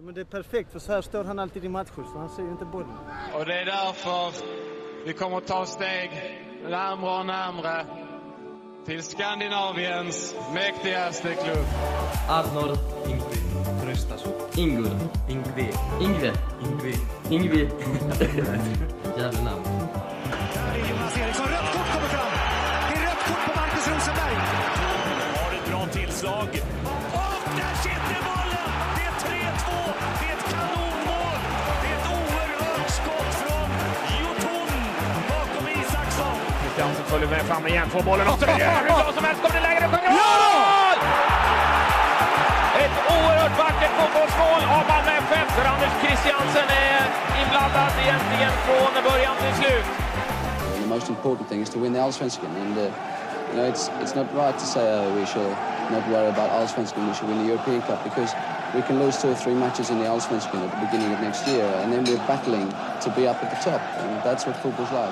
Men det är perfekt, för så här står han alltid i matcher, så han ser ju inte bollen. Och det är därför vi kommer att ta steg närmare och närmare till Skandinaviens mäktigaste klubb. Arnor Ingvi Tröstason. Ingur Ingvi Jävla namn. Där är Jonas Eriksson, rött kort kommer fram. Det är rött kort på Marcus Rosenberg. Har ett bra tillslag. Och där sitter bollen! Det är 3-2. Det är ett kanonmål. Det är ett oerhört skott från Jotun bakom Isaksson. Kristiansen följer med fram igen, får bollen och så är det hur bra som helst. Kommer det lägre och sjunger mål! Ett oerhört vackert fotbollsmål av Malmö FF, där Anders Kristiansen är inblandad egentligen från början till slut. The most important thing is to win the Allsvenskan, and it's not right to say we should not worry about Allsvenskan. We should win the European Cup, because we can lose 2 or 3 matches in the Allsvenskan at the beginning of next year, and then we're battling to be up at the top, and that's what football's like.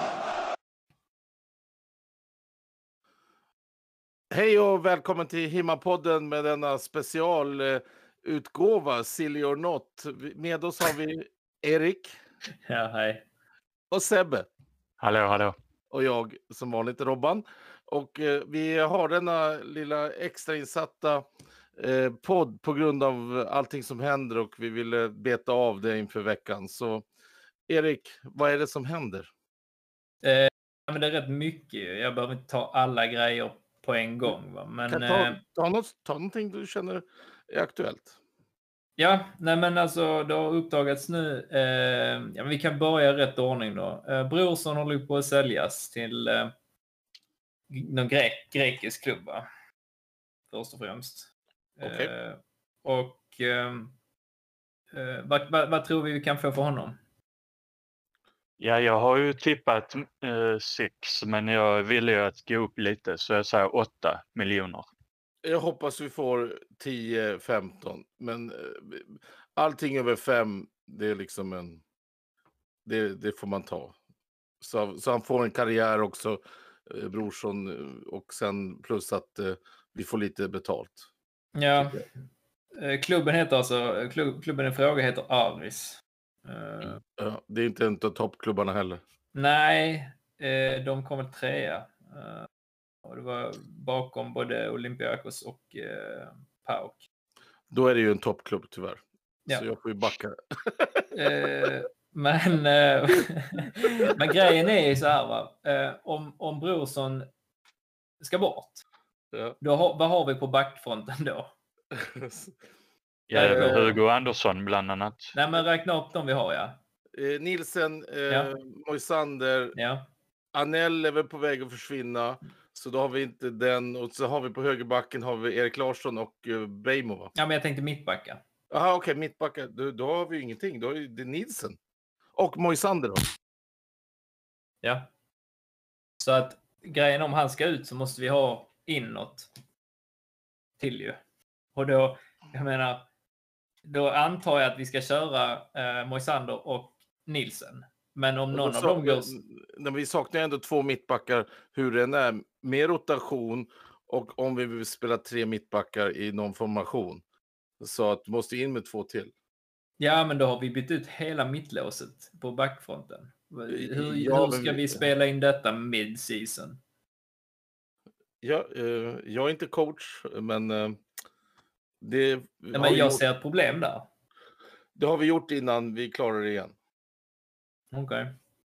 Hej och välkommen till Himma-podden med denna specialutgåva, Silly or Not. Med oss har vi Erik. Ja, hej. Och Sebbe. Hallå. Och jag som vanligt Robban. Och vi har denna lilla extrainsatta podd på grund av allting som händer, och vi ville beta av det inför veckan. Så Erik, vad är det som händer? Men det är rätt mycket. Jag behöver inte ta alla grejer på en gång. Va? Men, ta någonting du känner är aktuellt. Ja, nej men alltså det har uppdagats nu. Ja, men vi kan börja i rätt ordning då. Brorsson håller på att säljas till någon grekisk klubb, va? Först och främst. Okay. Vad tror vi kan få för honom? Ja, jag har ju tippat 6, men jag ville ju att gå upp lite, så jag säger 8 miljoner. Jag hoppas vi får 10-15, men allting över 5, det är liksom det får man ta. Så han får en karriär också, Brorsson, och sen plus att vi får lite betalt. Ja, klubben i fråga heter Aris. Ja, det är inte en av toppklubbarna heller. Nej, de kom väl 3. Och det var bakom både Olympiakos och PAOK. Då är det ju en toppklubb tyvärr. Ja. Så jag får ju backa. Men grejen är ju så här, va? Om Brorsson ska bort, vad har vi på backfronten då? Ja, Hugo Andersson bland annat. Nej, men räkna upp dem vi har, ja. Nilsen, Moisander, Anel är väl på väg att försvinna. Så då har vi inte den. Och så har vi på högerbacken har vi Erik Larsson och Beijmo, va? Ja, men jag tänkte mittbacka. Jaha, okej, mittbacka. Då har vi ju ingenting. Då är det Nilsen. Och Moisander då. Ja. Så att grejen, om han ska ut så måste vi ha inåt till ju. Och då, jag menar, då antar jag att vi ska köra Moisander och Nilsen. Men om någon av dem går... Vi saknar ändå 2 mittbackar, hur den är, med rotation, och om vi vill spela 3 mittbackar i någon formation. Så att måste in med 2 till. Ja, men då har vi bytt ut hela mittlåset på backfronten. Hur ska vi spela in detta mid-season? Ja, jag är inte coach, men det... Ja, men jag ser ett problem där. Det har vi gjort innan vi klarar det igen. Okej.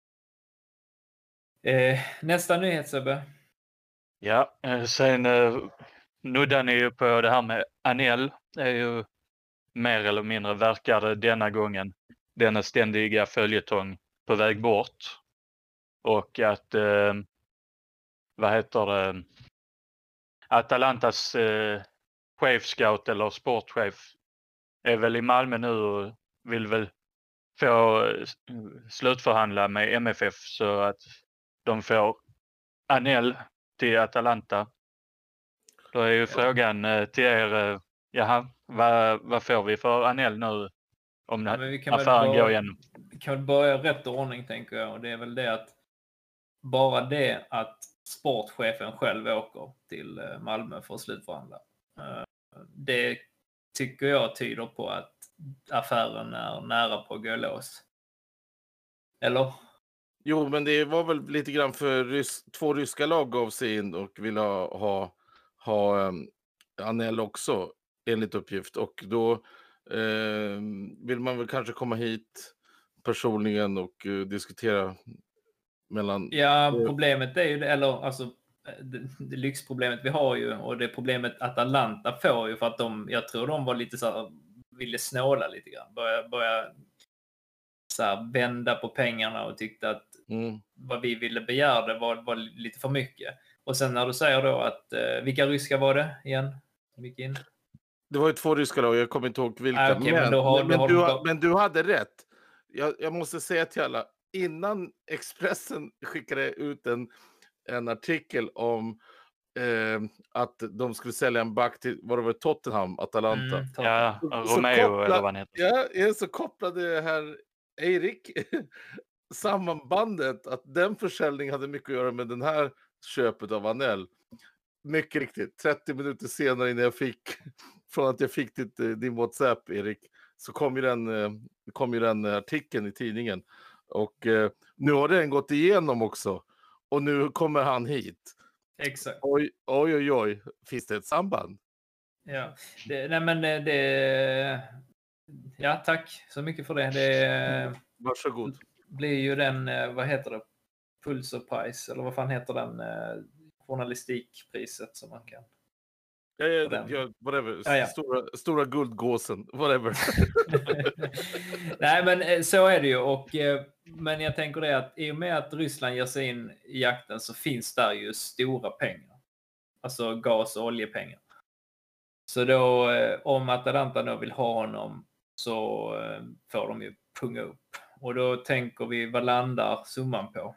Nästa nyhet, Sebbe. Ja, sen nuddar ni ju på det här med Anel. Det är ju mer eller mindre verkar denna gången denna ständiga följetong på väg bort. Och att, Atalantas chefscout eller sportchef är väl i Malmö nu och vill väl få slutförhandla med MFF så att de får Anel till Atalanta. Då är ju frågan till er, vad får vi för Anel nu om affären går igenom? Vi kan börja rätt ordning, tänker jag. Och det är väl det att bara det att sportchefen själv åker till Malmö för att slutförhandla. Det tycker jag tyder på att affären är nära på att gå lås. Eller? Jo, men det var väl lite grann för två ryska lag gav sig in och ville ha Anel också, enligt uppgift. Och då vill man väl kanske komma hit personligen och diskutera mellan... Ja, problemet är ju, eller alltså det lyxproblemet vi har ju, och det problemet Atalanta får ju, för att jag tror de var lite så här, ville snåla lite grann. Börja så här, vända på pengarna och tyckte att vad vi ville begära var lite för mycket. Och sen när du säger då att vilka ryska var det igen som gick in? Det var ju 2 ryska lag, jag kommer inte ihåg vilka. Okay, men du hade rätt. Jag måste säga till alla, innan Expressen skickade ut en artikel om att de skulle sälja en back till, vad det var, Tottenham, Atalanta. Ja, Romeo eller vad han heter. Ja, så kopplade här Erik sammanbandet att den försäljningen hade mycket att göra med den här köpet av Anel. Mycket riktigt, 30 minuter senare innan från att jag fick din WhatsApp, Erik, så kom ju den artikeln i tidningen. Och nu har den gått igenom också. Och nu kommer han hit. Exakt. Oj. Finns det ett samband? Ja, ja, tack så mycket för det. Varsågod. Blir ju den, vad heter det? Pulser Prize, eller vad fan heter den journalistikpriset som man kan. Whatever. Ja. Stora guldgåsen, whatever. Nej, men så är det ju. Men jag tänker det att i och med att Ryssland ger sig in i jakten så finns där ju stora pengar. Alltså gas- och oljepengar. Så då, om Atalanta då vill ha honom, så får de ju punga upp. Och då tänker vi, vad landar summan på?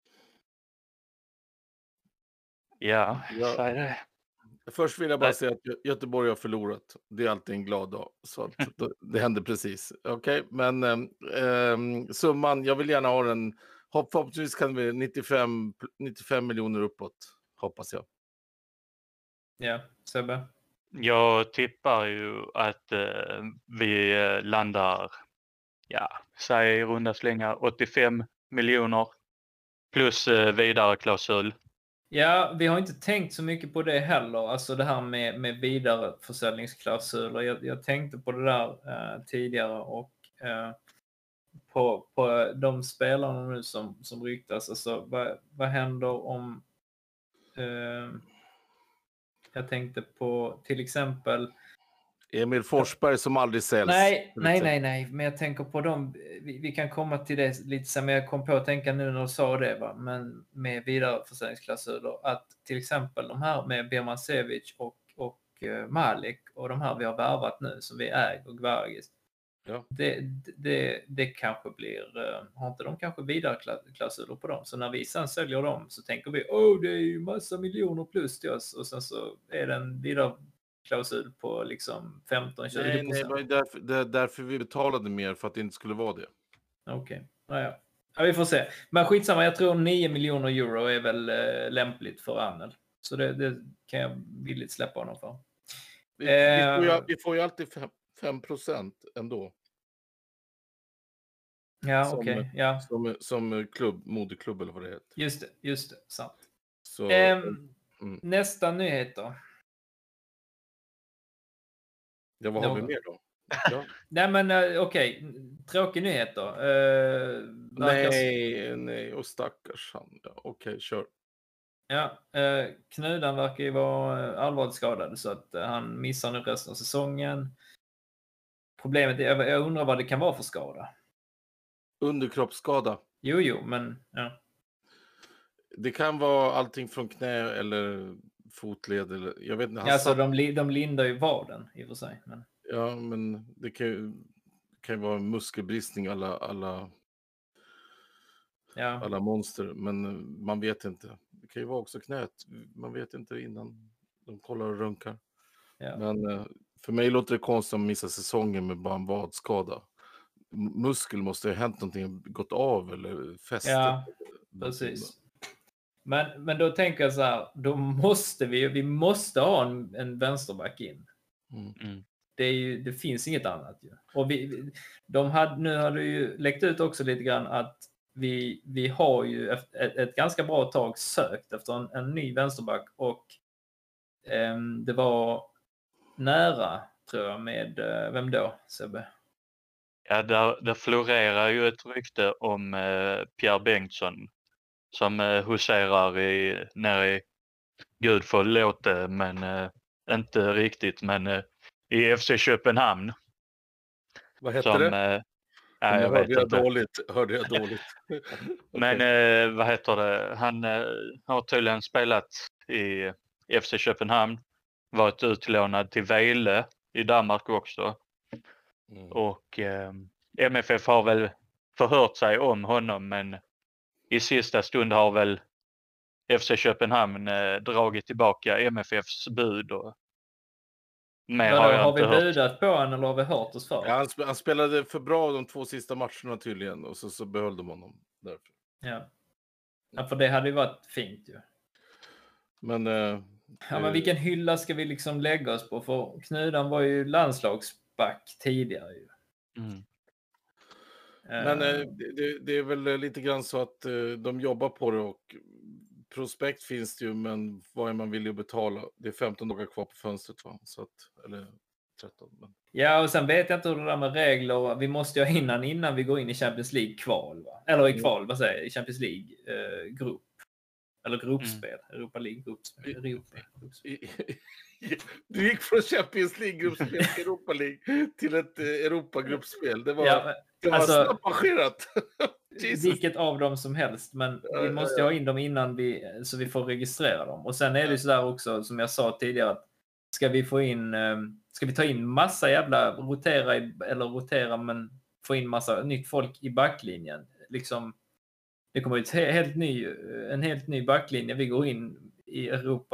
Ja, säg det. Först vill jag bara säga att Göteborg har förlorat. Det är alltid en glad dag. Så att det hände precis. Okej, men summan, jag vill gärna ha den. Förhoppningsvis kan vi 95 miljoner uppåt, hoppas jag. Ja, Sebbe? Jag tippar ju att vi landar, säg i runda slängar 85 miljoner plus vidare klausul. Ja, vi har inte tänkt så mycket på det heller. Alltså det här med vidareförsäljningsklausuler. Jag tänkte på det där tidigare och på de spelarna nu som ryktas. Alltså vad händer om... jag tänkte på till exempel... Emil Forsberg som aldrig säljs. Nej. Men jag tänker på dem. Vi kan komma till det lite sen. Men jag kom på att tänka nu när du sa det. Va? Men med vidareförsäljningsklausuler. Att till exempel de här med Birmancevic och Malik. Och de här vi har värvat nu. Som vi äger och Gvargis. Ja. Det kanske blir... har inte de kanske vidareklausuler på dem? Så när vi sen säljer dem så tänker vi. Det är ju massa miljoner plus till oss. Och sen så är det en klausul på liksom 15-20%. Nej, det är därför vi betalade mer, för att det inte skulle vara det. Okej. Ja, vi får se. Men skitsamma, jag tror 9 miljoner euro är väl lämpligt för Anel. Så det kan jag villigt släppa honom för. Vi får ju alltid 5% ändå. Ja, okej. Ja. Som moderklubb eller vad det heter. Just det. Sant. Så, nästa nyheter. Ja, vad har vi mer då? Ja. Nej, men okej. Tråkig nyheter. Nej, och stackars han. Ja, okej, kör. Ja, Knudan verkar ju vara allvarligt skadad så att han missar nu resten av säsongen. Problemet är, jag undrar vad det kan vara för skada. Underkroppsskada. Jo, men ja. Det kan vara allting från knä eller fotled eller jag vet inte. Alltså de lindar ju vaden i och för sig. Men... Ja, men det kan ju vara en muskelbristning alla monster, men man vet inte. Det kan ju vara också knät. Man vet inte innan de kollar och runkar. Ja. Men för mig låter det konstigt att missa säsongen med bara en vadskada. Muskel måste ha hänt någonting, gått av eller fästet. Ja, precis. Men då tänker jag så här, då måste vi måste ha en vänsterback in. det finns inget annat ju. Och nu har det ju läckt ut också lite grann att vi har ju ett ganska bra tag sökt efter en ny vänsterback och det var nära, tror jag, med vem då, Sebbe? Ja, där florerar ju ett rykte om Pierre Bengtsson som huserar nere i Gud förlåt det, men inte riktigt, men i FC Köpenhamn. Vad heter det? Jag vet inte. Hörde jag dåligt. Men vad heter det? Han har tydligen spelat i FC Köpenhamn, varit utlånad till Vejle i Danmark också. Och MFF har väl förhört sig om honom, men i sista stund har väl FC Köpenhamn dragit tillbaka MFFs bud. Och har vi budat på honom eller har vi hört oss för? Ja, han spelade för bra de 2 sista matcherna tydligen och så behöll de honom därför. Ja, för det hade ju varit fint ju. Men vilken hylla ska vi liksom lägga oss på? För Knudan var ju landslagsback tidigare ju. Men det är väl lite grann så att de jobbar på det och prospekt finns det ju, men vad är man villig att betala? Det är 15 dagar kvar på fönstret, va? Så att, eller 13. Men... Ja, och sen vet jag inte hur det där med regler. Vi måste ju ha innan vi går in i Champions League-kval, va? Eller i kval, vad säger jag? I Champions League-grupp. Eller gruppspel. Europa League-gruppspel. Du gick från Champions League-gruppspel till Europa League till ett Europa-gruppspel. Det var, snabbt marscherat. Vilket av dem som helst, men vi måste ha in dem innan så vi får registrera dem. Och sen är det så där också, som jag sa tidigare, att ska vi ta in massa jävla rotera, men få in massa nytt folk i backlinjen. Liksom, det kommer ut en helt ny backlinje. Vi går in i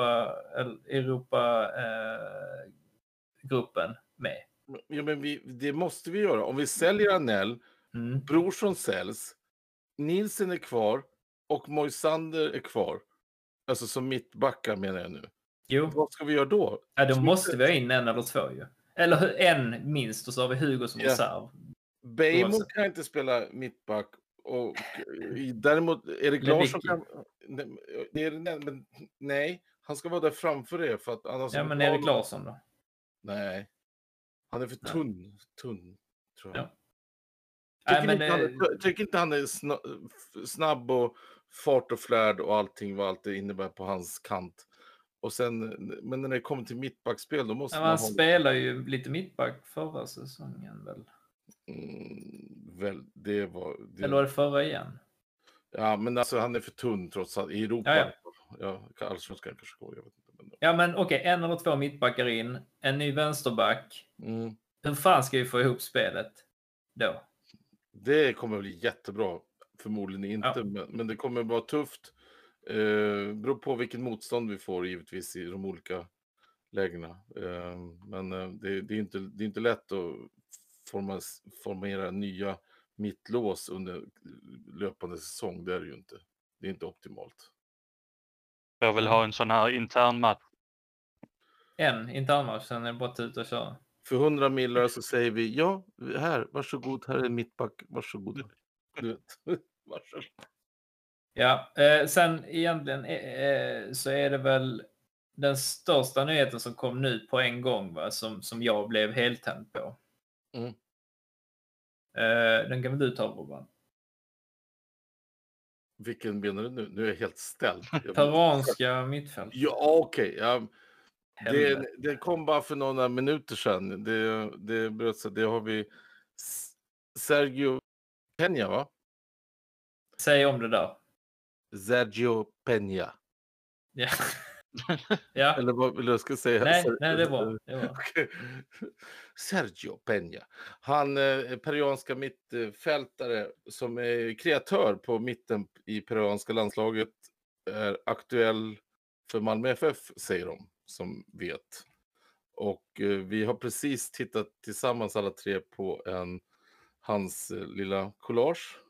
Europa-gruppen med. Ja, men det måste vi göra. Om vi säljer Anel, Brorsson säljs, Nielsen är kvar och Moisander är kvar. Alltså som mittbackar menar jag nu. Jo. Vad ska vi göra då? Ja, då måste vi ha in en eller två ju. Eller en minst, och så har vi Hugo som reserv. Beijmo kan inte spela mittback. Och däremot Erik Larsson kan... Nej, han ska vara där framför det. För att annars men Erik Larsson då? Nej. Han är för tunn, tror jag. Ja. Tycker inte han är snabb och fart och flärd och allting, vad allt det innebär på hans kant. Och sen, men när det kommer till mittbackspel då måste man... Han spelar ju lite mittback förra säsongen väl? Det var... Eller var det förra igen? Ja, men alltså han är för tunn trots allt. I Europa... Allsvenskan kanske går, jag vet inte. Ja, men okej, en eller två mittbackar in. En ny vänsterback. Hur fan ska vi få ihop spelet då? Det kommer bli jättebra. Förmodligen inte, men det kommer vara tufft. Beror på vilken motstånd vi får givetvis i de olika lägena. Men det är inte lätt att formera nya mittlås under löpande säsong. Det är det ju inte. Det är inte optimalt. Jag vill ha en sån här intern match. En intern match, sen är det bara ut och köra. För 100 millar så säger vi, ja, här, varsågod, här är mittback, varsågod. Varsågod. Ja, sen egentligen så är det väl den största nyheten som kom nu på en gång, va, som jag blev helt tänd på. Den kan väl du ta, Robban? Vilken menar du nu? Nu är jag helt ställd. Peruanska mittfält. Ja, okej. Ja. Det kom bara för några minuter sedan. Det bröt sig. Det har vi Sergio Peña, va? Säg om det där. Sergio Peña. Ja. Ja. Eller vad vill du ska säga? Nej, det var. Okay. Sergio Peña. Han är peruanska mittfältare som är kreatör på mitten i peruanska landslaget. Är aktuell för Malmö FF, säger de som vet. Och vi har precis tittat tillsammans alla tre på hans lilla collage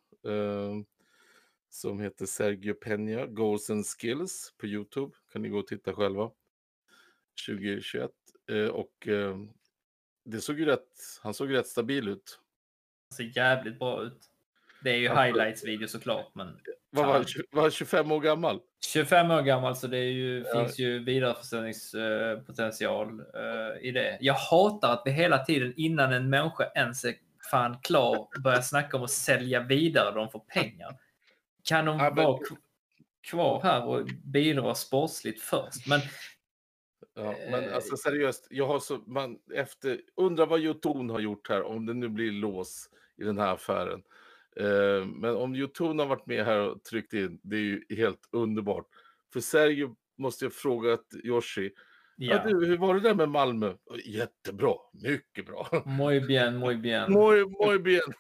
som heter Sergio Peña Goals and Skills på YouTube. Kan ni gå och titta själva. 2021. Och Han såg rätt stabil ut. Ser jävligt bra ut. Det är ju highlights-video såklart, men... Var han 25 år gammal? 25 år gammal, så det är ju, finns ju vidareförsäljningspotential i det. Jag hatar att vi hela tiden, innan en människa ens är fan klar, börjar snacka om att sälja vidare de får pengar. Kan de vara kvar här och bidra sportsligt först? Men alltså seriöst, jag har undrar vad Jotun har gjort här, om det nu blir lås i den här affären. Men om Jotun har varit med här och tryckt in, det är ju helt underbart. För Sergio måste jag fråga att Yoshi, hur var det där med Malmö? Jättebra, mycket bra. Muy bien, muy bien. Muy bien.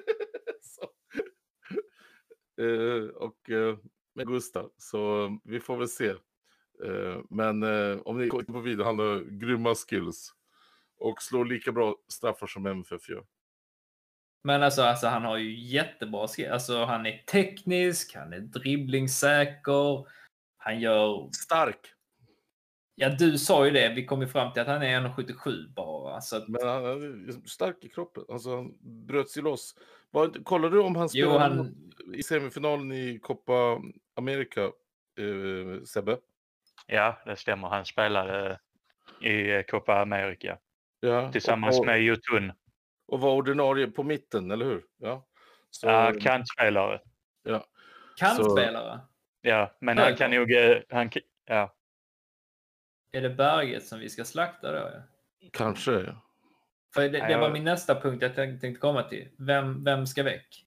Och med Gustav, så vi får väl se. Men om ni kollar på video, han har grymma skills och slår lika bra straffar som MFF gör. Men alltså han har ju jättebra skills. Alltså han är teknisk, han är dribblingssäker, han gör... Stark. Ja, du sa ju det. Vi kom ju fram till att han är 1,77 bara. Så att... Men han är stark i kroppen. Alltså han bröt sig loss. Kollar du om han spelade i semifinalen i Copa America, Sebbe? Ja, det stämmer. Han spelade i Copa America. Ja, tillsammans med Jotun. Och var ordinarie på mitten, eller hur? Ja, kantspelare. Ja. Kantspelare? Ja, men han kan nog... ja. Är det Berget som vi ska slakta då? Ja? Kanske, ja. För det var min nästa punkt jag tänkte komma till. Vem ska väck?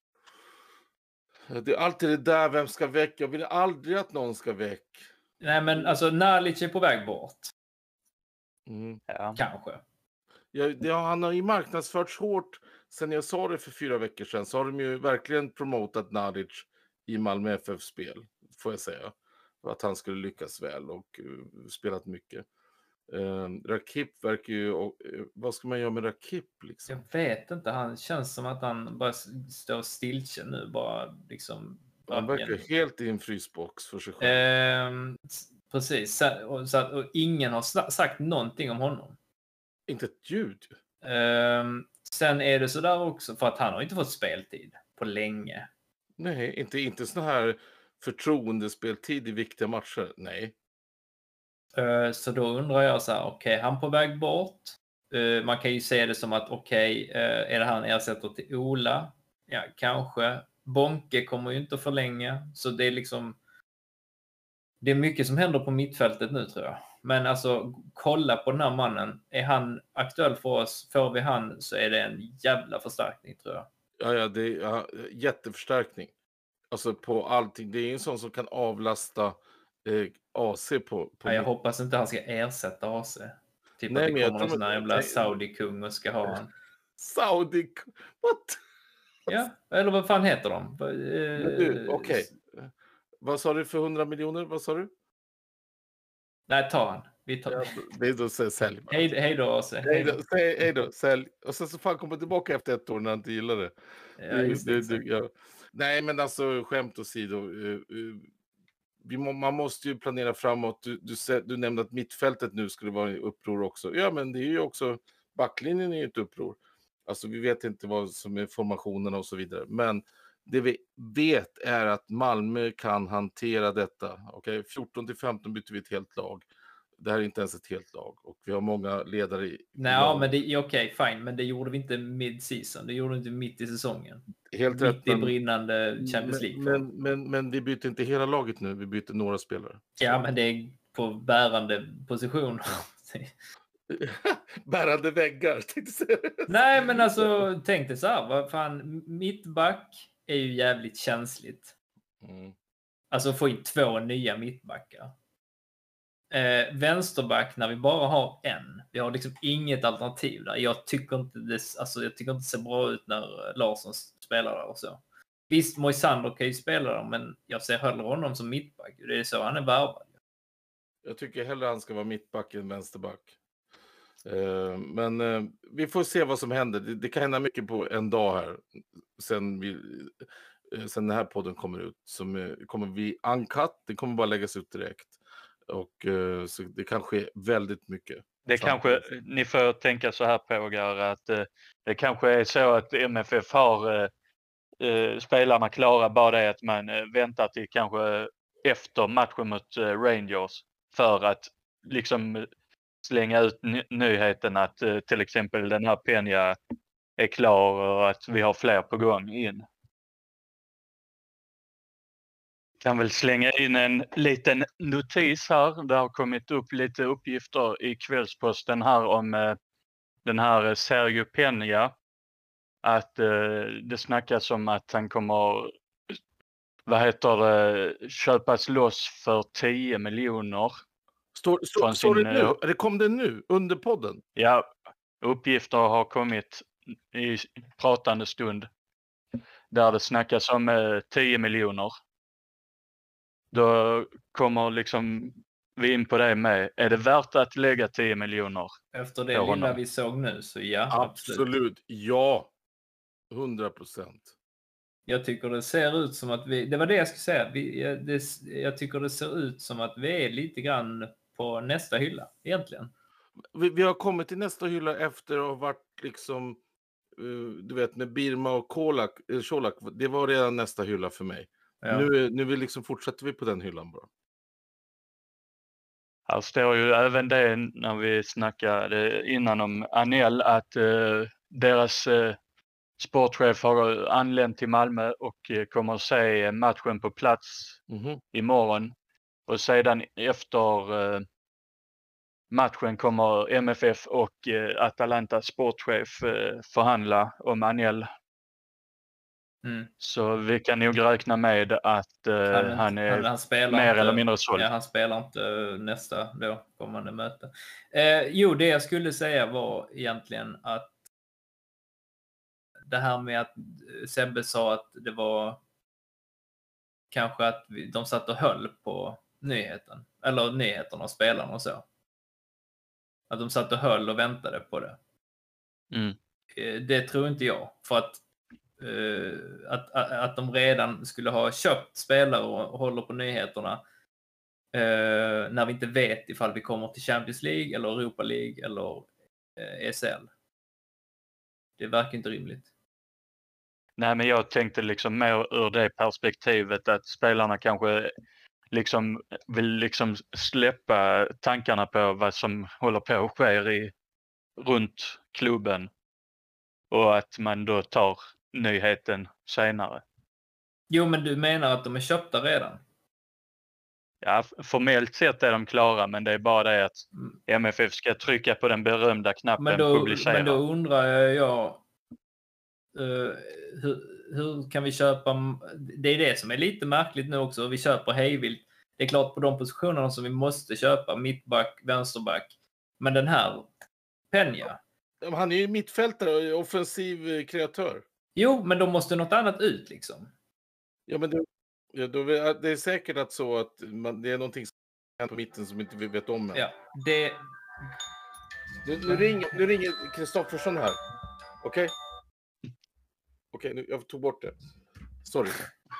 Det är alltid det där, vem ska väck? Jag vill aldrig att någon ska väck. Nej, men alltså Nalic är på väg bort. Ja. Kanske. Han har ju marknadsförts hårt. Sen jag sa det för 4 veckor sedan så har de ju verkligen promotat Nalic i Malmö FF-spel, får jag säga. Att han skulle lyckas väl och spelat mycket. Rakip verkar ju... vad ska man göra med Rakip liksom? Jag vet inte, han känns som att han bara står stiltje nu. Bara liksom... Han verkar helt i en frysbox för sig själv. Precis, och ingen har sagt någonting om honom. Inte ett ljud. Sen är det så där också, för att han har inte fått speltid på länge. Nej, inte sån här förtroendespeltid i viktiga matcher. Nej. Så då undrar jag så här, okej, han på väg bort. Man kan ju se det som att är det han ersätter till Ola? Ja, kanske. Bonke kommer ju inte att förlänga. Så det är liksom... Det är mycket som händer på mittfältet nu, tror jag. Men alltså, kolla på den här mannen. Är han aktuell för oss? Får vi han så är det en jävla förstärkning, tror jag. Ja, det är jätteförstärkning. Alltså på allting. Det är en sån som kan avlasta AC på ja, jag hoppas inte han ska ersätta AC. Typ nej, att det kommer någon sån här jävla Saudi-kung och ska ha han. Saudi? What? Ja, eller vad fan heter de? Okej. Vad sa du för 100 miljoner? Vad sa du? Nej, ta han. Vi tar... det är då sälj. Hej då, AC. Hej då, sälj. Och sen så fan kommer tillbaka efter 1 år när han inte gillar det. Ja, Nej, men alltså skämt åsido. Man måste ju planera framåt. Du nämnde att mittfältet nu skulle vara i uppror också. Ja, men det är ju också... Backlinjen är ju ett uppror. Alltså vi vet inte vad som är formationerna och så vidare. Men det vi vet är att Malmö kan hantera detta. Okej, 14-15 byter vi ett helt lag. Det här är inte ens ett helt lag. Och vi har många ledare i nej, men det är okej, fine. Men det gjorde vi inte mid-season. Det gjorde vi inte mitt i säsongen. Helt mitt rätt. I brinnande Champions League. Men vi byter inte hela laget nu. Vi byter några spelare. Ja, men det är på bärande position. Bärande väggar, tänkte säga. Nej, men alltså, tänk dig så här. Vad fan, mittback är ju jävligt känsligt. Alltså få in 2 nya mittbackar. Vänsterback när vi bara har en. Vi har liksom inget alternativ där. Jag tycker inte det ser bra ut när Larsson spelar där och så. Visst, Moisander kan ju spela där, men jag ser hellre honom som mittback. Det är så han är värvad. Jag tycker hellre han ska vara mittback än vänsterback. Men vi får se vad som händer. Det kan hända mycket på en dag här. Sen den här podden kommer ut. Som kommer bli uncut. Det kommer bara läggas ut direkt. Och så det kan ske väldigt mycket. Det kanske, ni får tänka så här pågar att det kanske är så att MFF har spelarna klara, bara det att man väntar till kanske efter matchen mot Rangers för att liksom slänga ut nyheten att till exempel den här Peña är klar och att vi har fler på gång in. Kan väl slänga in en liten notis här. Det har kommit upp lite uppgifter i Kvällsposten här om den här Sergio Peña. Att det snackas om att han kommer, köpas loss för 10 miljoner. Står det nu? Det kom det nu under podden? Ja, uppgifter har kommit i pratande stund där det snackas om 10 miljoner. Då kommer liksom vi in på det med, är det värt att lägga 10 miljoner? Efter det lilla vi såg nu så ja, absolut. Ja, 100%. Jag tycker det ser ut som att det var det jag skulle säga. Jag tycker det ser ut som att vi är lite grann på nästa hylla egentligen. Vi har kommit till nästa hylla efter att ha varit liksom, du vet, med Birma och Colak. Det var redan nästa hylla för mig. Ja. Nu liksom fortsätter vi på den hyllan bara. Här står ju även det när vi snackade innan om Anel att deras sportchef har anlänt till Malmö och kommer att se matchen på plats imorgon. Och sedan efter matchen kommer MFF och Atalanta sportchef förhandla om Anel. Så vi kan nog räkna med att han är mer eller mindre såld. Ja, han spelar inte nästa kommande möte. Jo, det jag skulle säga var egentligen att det här med att Sebbe sa att det var kanske att de satt och höll på nyheten. Eller nyheterna och spelarna och så. Att de satt och höll och väntade på det. Det tror inte jag. För att de redan skulle ha köpt spelare och håller på nyheterna när vi inte vet ifall vi kommer till Champions League eller Europa League eller ECL. Det verkar inte rimligt. Nej, men jag tänkte liksom mer ur det perspektivet att spelarna kanske liksom vill liksom släppa tankarna på vad som håller på att ske runt klubben och att man då tar nyheten senare. Jo, men du menar att de är köpta redan? Ja, formellt sett är de klara, men det är bara det att MFF ska trycka på den berömda knappen publicera. Men då undrar jag hur kan vi köpa? Det är det som är lite märkligt nu också. Vi köper hejvilt. Det är klart på de positionerna som vi måste köpa. Mittback, vänsterback. Men den här Peña. Han är ju mittfältare och offensiv kreatör. Jo, men då måste något annat ut liksom. Ja, men det är säkert att så att det är någonting som händer på mitten som inte vi vet om än. Ja, Nu ringer Kristoffersson här. Okej? Okej, jag tog bort det. Sorry.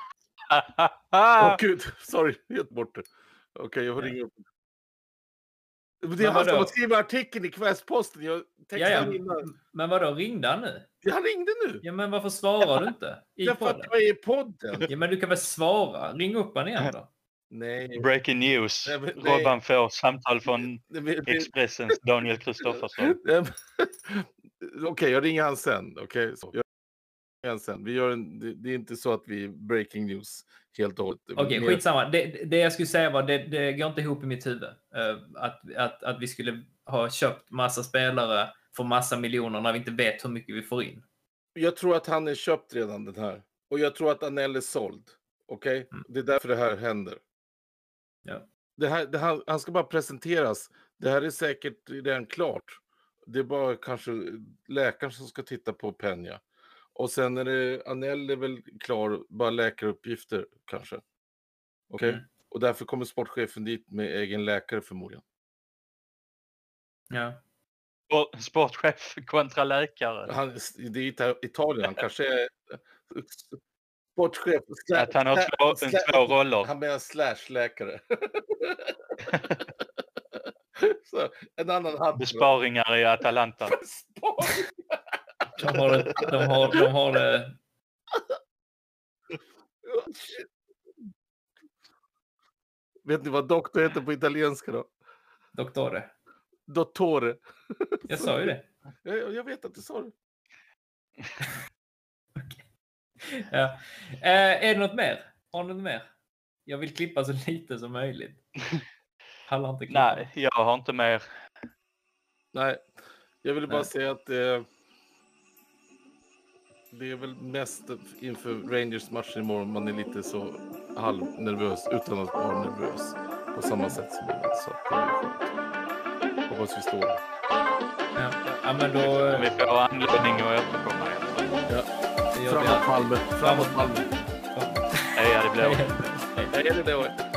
Gud, sorry, helt bort det. Okej, jag ringer upp. Det är han som har skrivit artikeln i Kvällsposten. Men vadå, ringde han nu? Ja, han ringde nu. Ja, men varför svarar du inte? Därför att jag är i podden. Ja, men du kan väl svara. Ring upp han igen då. Nej. Breaking news. Nej. Robban får samtal från Expressens Daniel Kristoffersson. Okej, jag ringer han sen. Okej, så. Det är inte så att vi breaking news helt och hållet. Okej, skitsamma. Det jag skulle säga var det går inte ihop i mitt huvud. Att vi skulle ha köpt massa spelare för massa miljoner när vi inte vet hur mycket vi får in. Jag tror att han är köpt redan den här. Och jag tror att Anel är såld. Okej? Det är därför det här händer. Ja. Han ska bara presenteras. Det här är säkert redan klart. Det är bara kanske läkaren som ska titta på Peña. Och sen är det, Anel är väl klar, bara läkaruppgifter kanske. Okej? Och därför kommer sportchefen dit med egen läkare förmodligen. Ja. Och sportchef kontra läkare. Det är Italien, han kanske är sportchef. Att han har två roller. Han menar /läkare. Så, en annan hade Besparingar i Atalanta. De har det. Vet ni vad doktor heter på italienska då? Doktore. Dottore. Jag sa ju det. Jag vet att du sa det. Ja. Är det något mer? Har ni något mer? Jag vill klippa så lite som möjligt. Pallar inte klippa. Nej, jag har inte mer. Nej, jag ville bara Nej. säga att det är väl mest inför Rangers matchen imorgon man är lite så halvnervös utan att vara nervös på samma sätt som vi. Så det är skönt. Hoppas vi står. Ja, men då... Vi får anledning att återkomma igen. Ja. det gör vi Framåt alltid. Malmö. Framåt Malmö. Hej, det blir. Hej, det blir.